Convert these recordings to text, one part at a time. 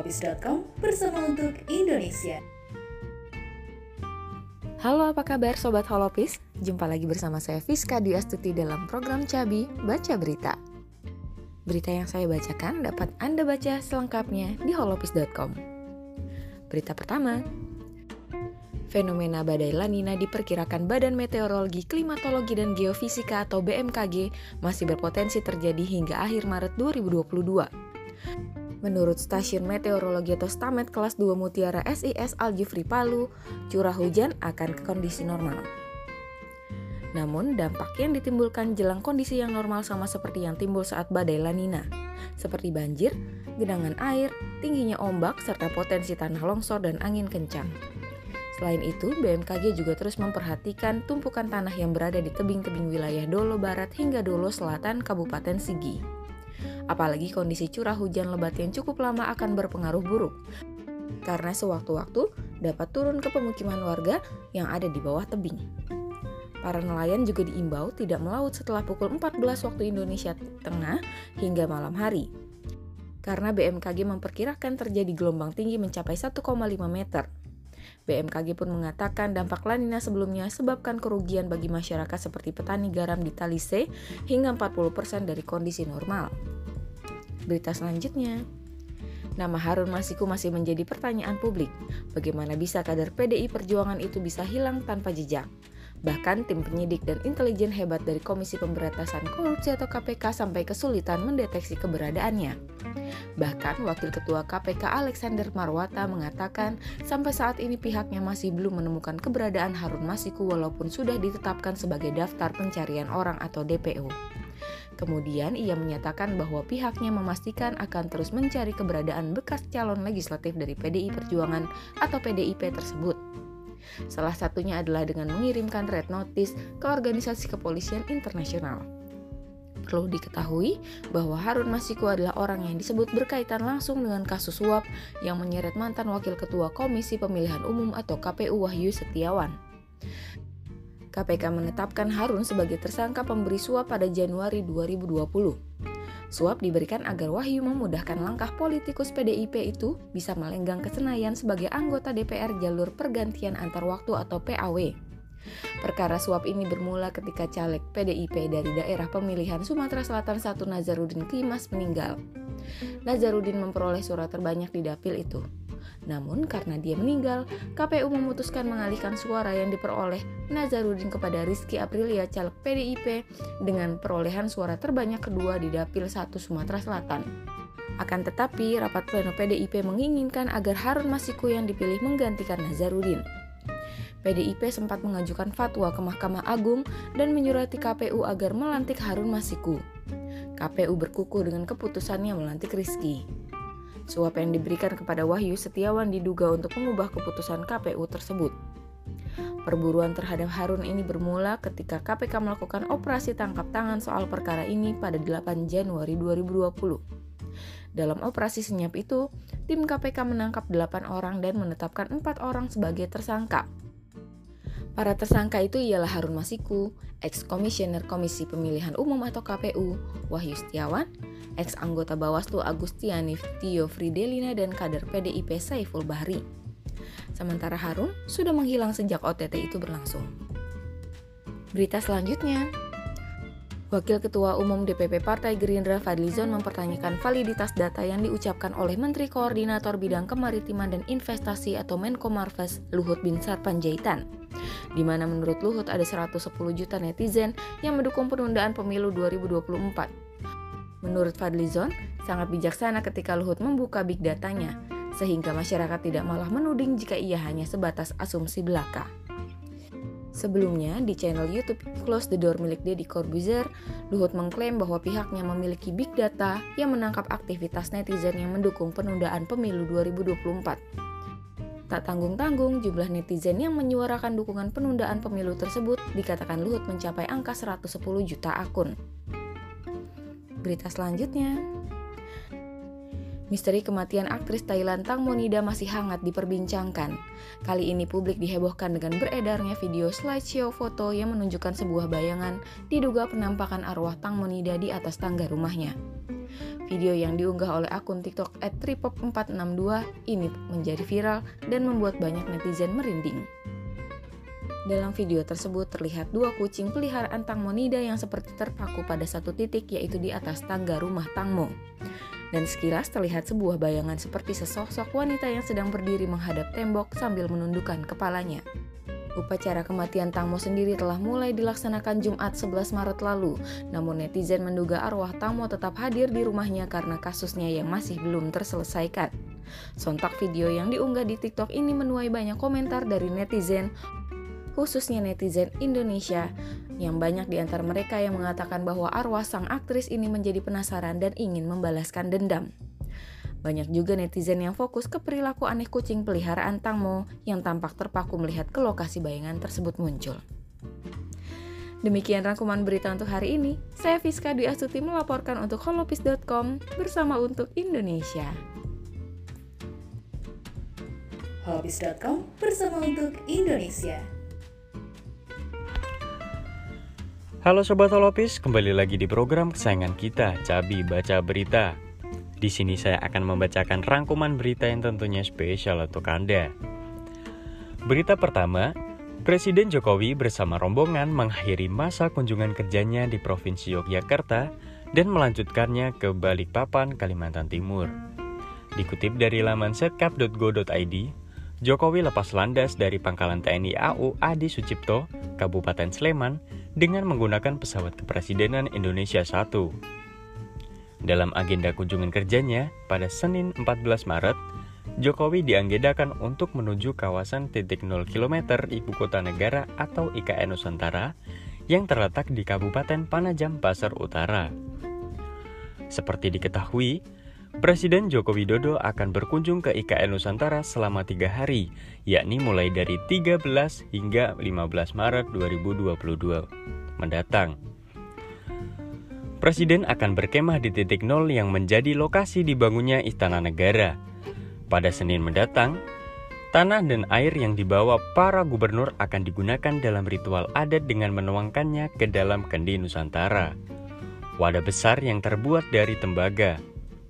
holopis.com bersama untuk Indonesia. Halo, apa kabar Sobat Holopis? Jumpa lagi bersama saya Fiska Dwi Astuti dalam program Cabi Baca Berita. Berita yang saya bacakan dapat Anda baca selengkapnya di holopis.com. Berita pertama, fenomena badai La Nina diperkirakan Badan Meteorologi, Klimatologi, dan Geofisika atau BMKG masih berpotensi terjadi hingga akhir Maret 2022. Menurut Stasiun Meteorologi atau Stamet kelas 2 Mutiara SIS Al-Jufri Palu, curah hujan akan ke kondisi normal. Namun, dampak yang ditimbulkan jelang kondisi yang normal sama seperti yang timbul saat badai La Nina, seperti banjir, genangan air, tingginya ombak, serta potensi tanah longsor dan angin kencang. Selain itu, BMKG juga terus memperhatikan tumpukan tanah yang berada di tebing-tebing wilayah Dolo Barat hingga Dolo Selatan Kabupaten Sigi. Apalagi kondisi curah hujan lebat yang cukup lama akan berpengaruh buruk, karena sewaktu-waktu dapat turun ke pemukiman warga yang ada di bawah tebing. Para nelayan juga diimbau tidak melaut setelah pukul 14 waktu Indonesia Tengah hingga malam hari, karena BMKG memperkirakan terjadi gelombang tinggi mencapai 1,5 meter. BMKG pun mengatakan dampak La Nina sebelumnya sebabkan kerugian bagi masyarakat seperti petani garam di Talise hingga 40% dari kondisi normal. Berita selanjutnya, nama Harun Masiku masih menjadi pertanyaan publik. Bagaimana bisa kader PDI Perjuangan itu bisa hilang tanpa jejak? Bahkan tim penyidik dan intelijen hebat dari Komisi Pemberantasan Korupsi atau KPK sampai kesulitan mendeteksi keberadaannya. Bahkan Wakil Ketua KPK Alexander Marwata mengatakan sampai saat ini pihaknya masih belum menemukan keberadaan Harun Masiku walaupun sudah ditetapkan sebagai daftar pencarian orang atau DPO. Kemudian ia menyatakan bahwa pihaknya memastikan akan terus mencari keberadaan bekas calon legislatif dari PDI Perjuangan atau PDIP tersebut. Salah satunya adalah dengan mengirimkan red notice ke organisasi kepolisian internasional. Perlu diketahui bahwa Harun Masiku adalah orang yang disebut berkaitan langsung dengan kasus suap yang menyeret mantan Wakil Ketua Komisi Pemilihan Umum atau KPU Wahyu Setiawan. KPK menetapkan Harun sebagai tersangka pemberi suap pada Januari 2020. Suap diberikan agar Wahyu memudahkan langkah politikus PDIP itu bisa melenggang ke Senayan sebagai anggota DPR jalur pergantian antar waktu atau PAW. Perkara suap ini bermula ketika caleg PDIP dari daerah pemilihan Sumatera Selatan 1 Nazarudin Klimas meninggal. Nazarudin memperoleh suara terbanyak di dapil itu. Namun karena dia meninggal, KPU memutuskan mengalihkan suara yang diperoleh Nazarudin kepada Rizky Aprilia caleg PDIP dengan perolehan suara terbanyak kedua di dapil 1 Sumatera Selatan. Akan tetapi, rapat pleno PDIP menginginkan agar Harun Masiku yang dipilih menggantikan Nazarudin. PDIP sempat mengajukan fatwa ke Mahkamah Agung dan menyurati KPU agar melantik Harun Masiku. KPU berkukuh dengan keputusannya melantik Rizky. Suap yang diberikan kepada Wahyu Setiawan diduga untuk mengubah keputusan KPU tersebut. Perburuan terhadap Harun ini bermula ketika KPK melakukan operasi tangkap tangan soal perkara ini pada 8 Januari 2020. Dalam operasi senyap itu, tim KPK menangkap 8 orang dan menetapkan 4 orang sebagai tersangka. Para tersangka itu ialah Harun Masiku, ex-komisioner Komisi Pemilihan Umum atau KPU, Wahyu Setiawan, ex-anggota Bawaslu Agustiani Tio Fridelina, dan kader PDIP Saiful Bahri. Sementara Harun sudah menghilang sejak OTT itu berlangsung. Berita selanjutnya, Wakil Ketua Umum DPP Partai Gerindra Fadlizon mempertanyakan validitas data yang diucapkan oleh Menteri Koordinator Bidang Kemaritiman dan Investasi atau Menko Marves Luhut Binsar Panjaitan, di mana menurut Luhut ada 110 juta netizen yang mendukung penundaan pemilu 2024. Menurut Fadlizon, sangat bijaksana ketika Luhut membuka big datanya, sehingga masyarakat tidak malah menuding jika ia hanya sebatas asumsi belaka. Sebelumnya, di channel YouTube Close the Door milik Deddy Corbuzier, Luhut mengklaim bahwa pihaknya memiliki big data yang menangkap aktivitas netizen yang mendukung penundaan pemilu 2024. Tak tanggung-tanggung, jumlah netizen yang menyuarakan dukungan penundaan pemilu tersebut dikatakan Luhut mencapai angka 110 juta akun. Berita selanjutnya, misteri kematian aktris Thailand Tang Monida masih hangat diperbincangkan. Kali ini publik dihebohkan dengan beredarnya video slideshow foto yang menunjukkan sebuah bayangan diduga penampakan arwah Tang Monida di atas tangga rumahnya. Video yang diunggah oleh akun TikTok @tripop462 ini menjadi viral dan membuat banyak netizen merinding. Dalam video tersebut terlihat dua kucing peliharaan Tang Mo Nida yang seperti terpaku pada satu titik, yaitu di atas tangga rumah Tang Mo. Dan sekilas terlihat sebuah bayangan seperti sesosok wanita yang sedang berdiri menghadap tembok sambil menundukkan kepalanya. Upacara kematian Tang Mo sendiri telah mulai dilaksanakan Jumat 11 Maret lalu, namun netizen menduga arwah Tang Mo tetap hadir di rumahnya karena kasusnya yang masih belum terselesaikan. Sontak video yang diunggah di TikTok ini menuai banyak komentar dari netizen, khususnya netizen Indonesia, yang banyak di antara mereka yang mengatakan bahwa arwah sang aktris ini menjadi penasaran dan ingin membalaskan dendam. Banyak juga netizen yang fokus ke perilaku aneh kucing peliharaan Tang Mo yang tampak terpaku melihat ke lokasi bayangan tersebut muncul. Demikian rangkuman berita untuk hari ini. Saya Fiska Dwi Astuti melaporkan untuk holopis.com bersama untuk Indonesia. holopis.com bersama untuk Indonesia. Halo Sobat Holopis, kembali lagi di program kesayangan kita, Cabi Baca Berita. Di sini saya akan membacakan rangkuman berita yang tentunya spesial untuk Anda. Berita pertama, Presiden Jokowi bersama rombongan mengakhiri masa kunjungan kerjanya di Provinsi Yogyakarta dan melanjutkannya ke Balikpapan, Kalimantan Timur. Dikutip dari laman setkap.go.id, Jokowi lepas landas dari Pangkalan TNI AU Adi Sucipto, Kabupaten Sleman, dengan menggunakan pesawat kepresidenan Indonesia 1. Dalam agenda kunjungan kerjanya, pada Senin 14 Maret, Jokowi diagendakan untuk menuju kawasan titik 0 km Ibu Kota Negara atau IKN Nusantara yang terletak di Kabupaten Panajam Pasar Utara. Seperti diketahui, Presiden Joko Widodo akan berkunjung ke IKN Nusantara selama 3 hari, yakni mulai dari 13 hingga 15 Maret 2022 mendatang. Presiden akan berkemah di titik 0 yang menjadi lokasi dibangunnya Istana Negara. Pada Senin mendatang, tanah dan air yang dibawa para gubernur akan digunakan dalam ritual adat dengan menuangkannya ke dalam kendi Nusantara, wadah besar yang terbuat dari tembaga.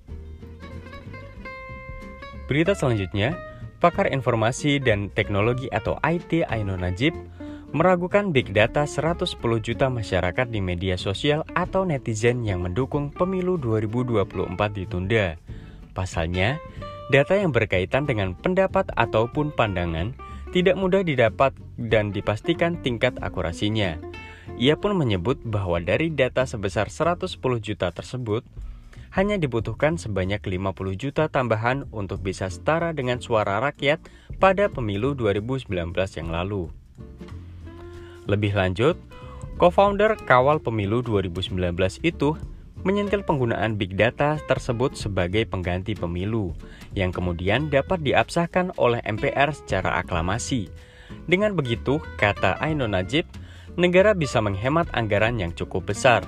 Berita selanjutnya, pakar informasi dan teknologi atau IT Ainun Najib meragukan big data 110 juta masyarakat di media sosial atau netizen yang mendukung pemilu 2024 ditunda. Pasalnya, data yang berkaitan dengan pendapat ataupun pandangan tidak mudah didapat dan dipastikan tingkat akurasinya. Ia pun menyebut bahwa dari data sebesar 110 juta tersebut, hanya dibutuhkan sebanyak 50 juta tambahan untuk bisa setara dengan suara rakyat pada pemilu 2019 yang lalu. Lebih lanjut, co-founder Kawal Pemilu 2019 itu menyentil penggunaan big data tersebut sebagai pengganti pemilu, yang kemudian dapat diabsahkan oleh MPR secara aklamasi. Dengan begitu, kata Ainun Najib, negara bisa menghemat anggaran yang cukup besar.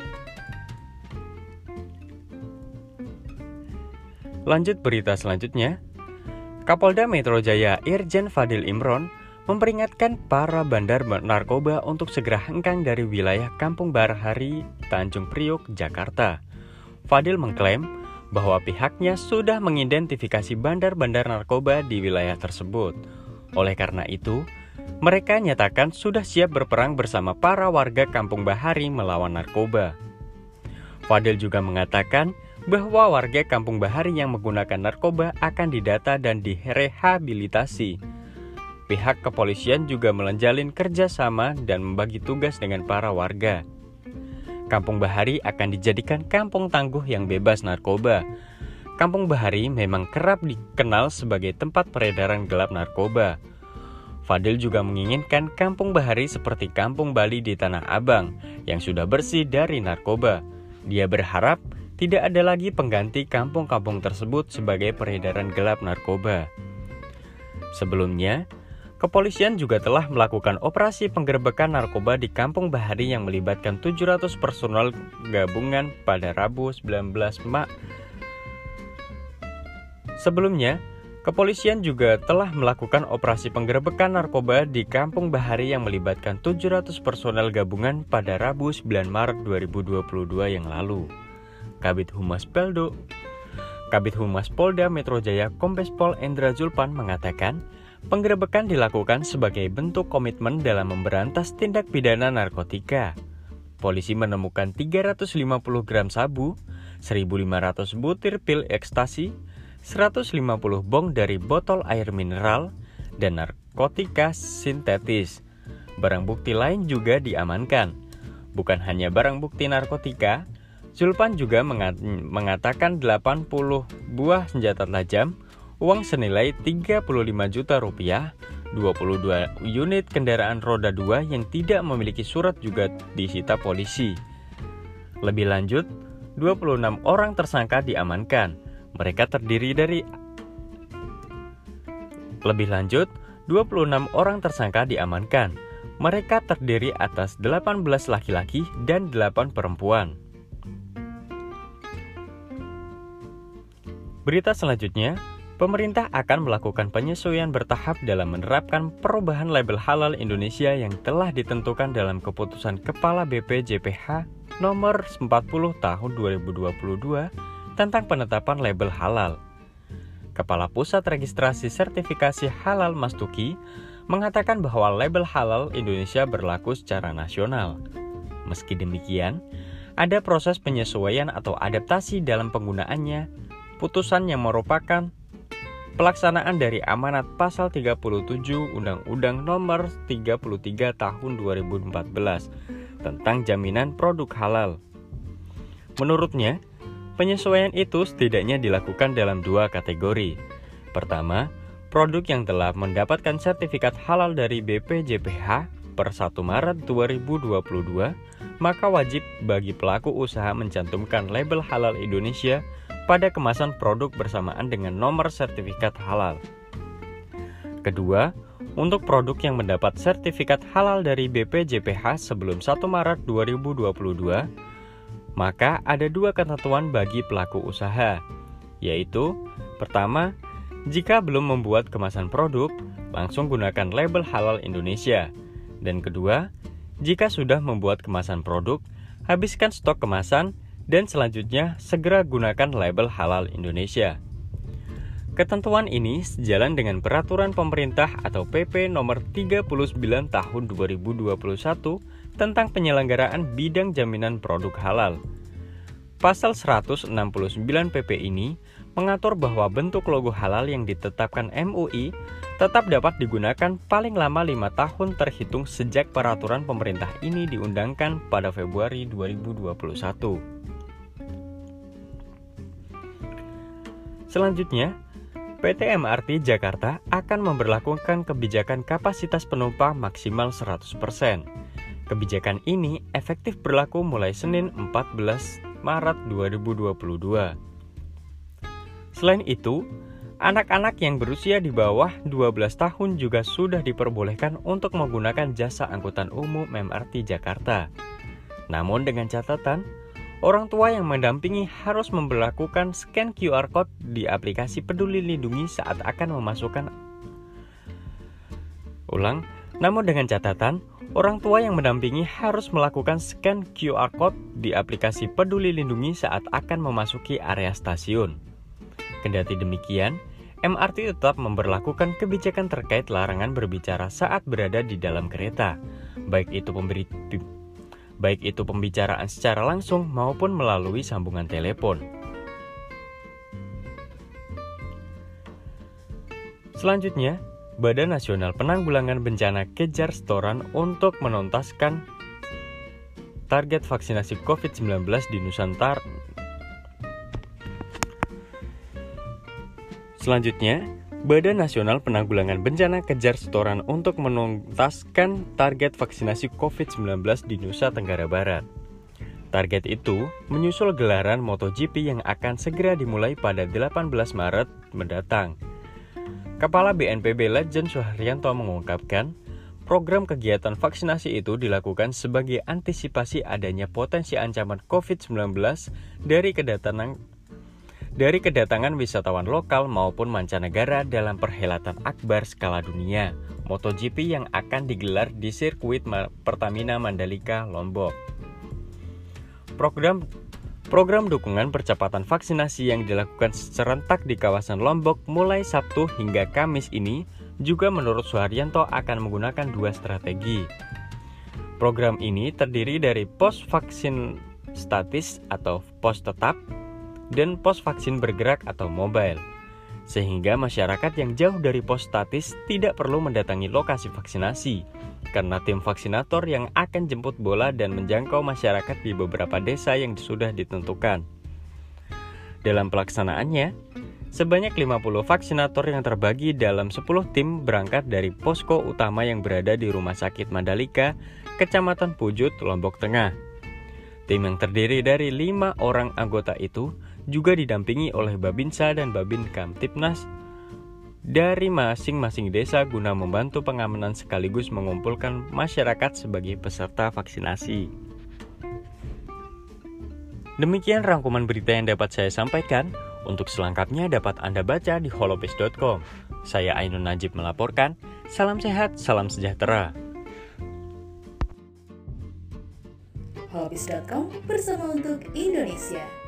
Lanjut berita selanjutnya, Kapolda Metro Jaya Irjen Fadil Imron memperingatkan para bandar narkoba untuk segera hengkang dari wilayah Kampung Bahari, Tanjung Priok, Jakarta. Fadil mengklaim bahwa pihaknya sudah mengidentifikasi bandar-bandar narkoba di wilayah tersebut. Oleh karena itu, mereka nyatakan sudah siap berperang bersama para warga Kampung Bahari melawan narkoba. Fadil juga mengatakan bahwa warga Kampung Bahari yang menggunakan narkoba akan didata dan direhabilitasi. Pihak kepolisian juga menjalin kerjasama dan membagi tugas dengan para warga. Kampung Bahari akan dijadikan kampung tangguh yang bebas narkoba. Kampung Bahari memang kerap dikenal sebagai tempat peredaran gelap narkoba. Fadil juga menginginkan Kampung Bahari seperti Kampung Bali di Tanah Abang yang sudah bersih dari narkoba. Dia berharap tidak ada lagi pengganti kampung-kampung tersebut sebagai peredaran gelap narkoba. Sebelumnya, kepolisian juga telah melakukan operasi penggerbekan narkoba di Kampung Bahari yang melibatkan 700 personel gabungan pada Rabu 19 Maret. Sebelumnya, kepolisian juga telah melakukan operasi penggerbekan narkoba di Kampung Bahari yang melibatkan 700 personel gabungan pada Rabu 9 Maret 2022 yang lalu. Kabid Humas Polda Metro Jaya Kombes Pol Endra Zulpan mengatakan, penggerebekan dilakukan sebagai bentuk komitmen dalam memberantas tindak pidana narkotika. Polisi menemukan 350 gram sabu, 1.500 butir pil ekstasi, 150 bong dari botol air mineral, dan narkotika sintetis. Barang bukti lain juga diamankan. Bukan hanya barang bukti narkotika, Zulpan juga mengatakan 80 buah senjata tajam, uang senilai 35 juta rupiah, 22 unit kendaraan roda 2 yang tidak memiliki surat juga disita polisi. Lebih lanjut, 26 orang tersangka diamankan. Mereka terdiri dari 26 orang tersangka diamankan. Mereka terdiri atas 18 laki-laki dan 8 perempuan. Berita selanjutnya, pemerintah akan melakukan penyesuaian bertahap dalam menerapkan perubahan label halal Indonesia yang telah ditentukan dalam keputusan Kepala BPJPH nomor 40 tahun 2022 tentang penetapan label halal. Kepala Pusat Registrasi Sertifikasi Halal Mastuki mengatakan bahwa label halal Indonesia berlaku secara nasional. Meski demikian, ada proses penyesuaian atau adaptasi dalam penggunaannya. Putusan yang merupakan pelaksanaan dari amanat pasal 37 Undang-Undang Nomor 33 Tahun 2014 tentang jaminan produk halal. Menurutnya, penyesuaian itu setidaknya dilakukan dalam 2 kategori. Pertama, produk yang telah mendapatkan sertifikat halal dari BPJPH per 1 Maret 2022, maka wajib bagi pelaku usaha mencantumkan label halal Indonesia pada kemasan produk bersamaan dengan nomor sertifikat halal. Kedua, untuk produk yang mendapat sertifikat halal dari BPJPH sebelum 1 Maret 2022, maka ada 2 ketentuan bagi pelaku usaha, yaitu pertama, jika belum membuat kemasan produk, langsung gunakan label halal Indonesia. Dan kedua, jika sudah membuat kemasan produk, habiskan stok kemasan dan selanjutnya segera gunakan label halal Indonesia. Ketentuan ini sejalan dengan peraturan pemerintah atau PP nomor 39 tahun 2021 tentang penyelenggaraan bidang jaminan produk halal. Pasal 169 PP ini mengatur bahwa bentuk logo halal yang ditetapkan MUI tetap dapat digunakan paling lama 5 tahun terhitung sejak peraturan pemerintah ini diundangkan pada Februari 2021. Selanjutnya, PT MRT Jakarta akan memberlakukan kebijakan kapasitas penumpang maksimal 100%. Kebijakan ini efektif berlaku mulai Senin 14 Maret 2022. Selain itu, anak-anak yang berusia di bawah 12 tahun juga sudah diperbolehkan untuk menggunakan jasa angkutan umum MRT Jakarta. Namun dengan catatan, orang tua yang mendampingi harus memberlakukan scan QR Code di aplikasi Peduli Lindungi saat akan memasukkan. Namun dengan catatan, orang tua yang mendampingi harus melakukan scan QR Code di aplikasi Peduli Lindungi saat akan memasuki area stasiun. Kendati demikian, MRT tetap memberlakukan kebijakan terkait larangan berbicara saat berada di dalam kereta, baik itu pembicaraan secara langsung maupun melalui sambungan telepon. Selanjutnya, Badan Nasional Penanggulangan Bencana kejar setoran untuk menuntaskan target vaksinasi COVID-19 di Nusantara. Selanjutnya, Badan Nasional Penanggulangan Bencana kejar setoran untuk menuntaskan target vaksinasi COVID-19 di Nusa Tenggara Barat. Target itu menyusul gelaran MotoGP yang akan segera dimulai pada 18 Maret mendatang. Kepala BNPB Lejen Suharyanto mengungkapkan, program kegiatan vaksinasi itu dilakukan sebagai antisipasi adanya potensi ancaman COVID-19 dari kedatangan wisatawan lokal maupun mancanegara dalam perhelatan akbar skala dunia, MotoGP yang akan digelar di sirkuit Pertamina Mandalika, Lombok. program dukungan percepatan vaksinasi yang dilakukan serentak di kawasan Lombok mulai Sabtu hingga Kamis ini juga menurut Suharyanto akan menggunakan dua strategi. Program ini terdiri dari pos vaksin statis atau pos tetap dan pos vaksin bergerak atau mobile, sehingga masyarakat yang jauh dari pos statis tidak perlu mendatangi lokasi vaksinasi karena tim vaksinator yang akan jemput bola dan menjangkau masyarakat di beberapa desa yang sudah ditentukan. Dalam pelaksanaannya, sebanyak 50 vaksinator yang terbagi dalam 10 tim berangkat dari posko utama yang berada di Rumah Sakit Mandalika, Kecamatan Pujut, Lombok Tengah. Tim yang terdiri dari 5 orang anggota itu juga didampingi oleh Babinsa dan Babin Kamtipnas dari masing-masing desa guna membantu pengamanan sekaligus mengumpulkan masyarakat sebagai peserta vaksinasi. Demikian rangkuman berita yang dapat saya sampaikan. Untuk selengkapnya dapat Anda baca di holopis.com. Saya Ainun Najib melaporkan. Salam sehat, salam sejahtera. Holopis.com bersama untuk Indonesia.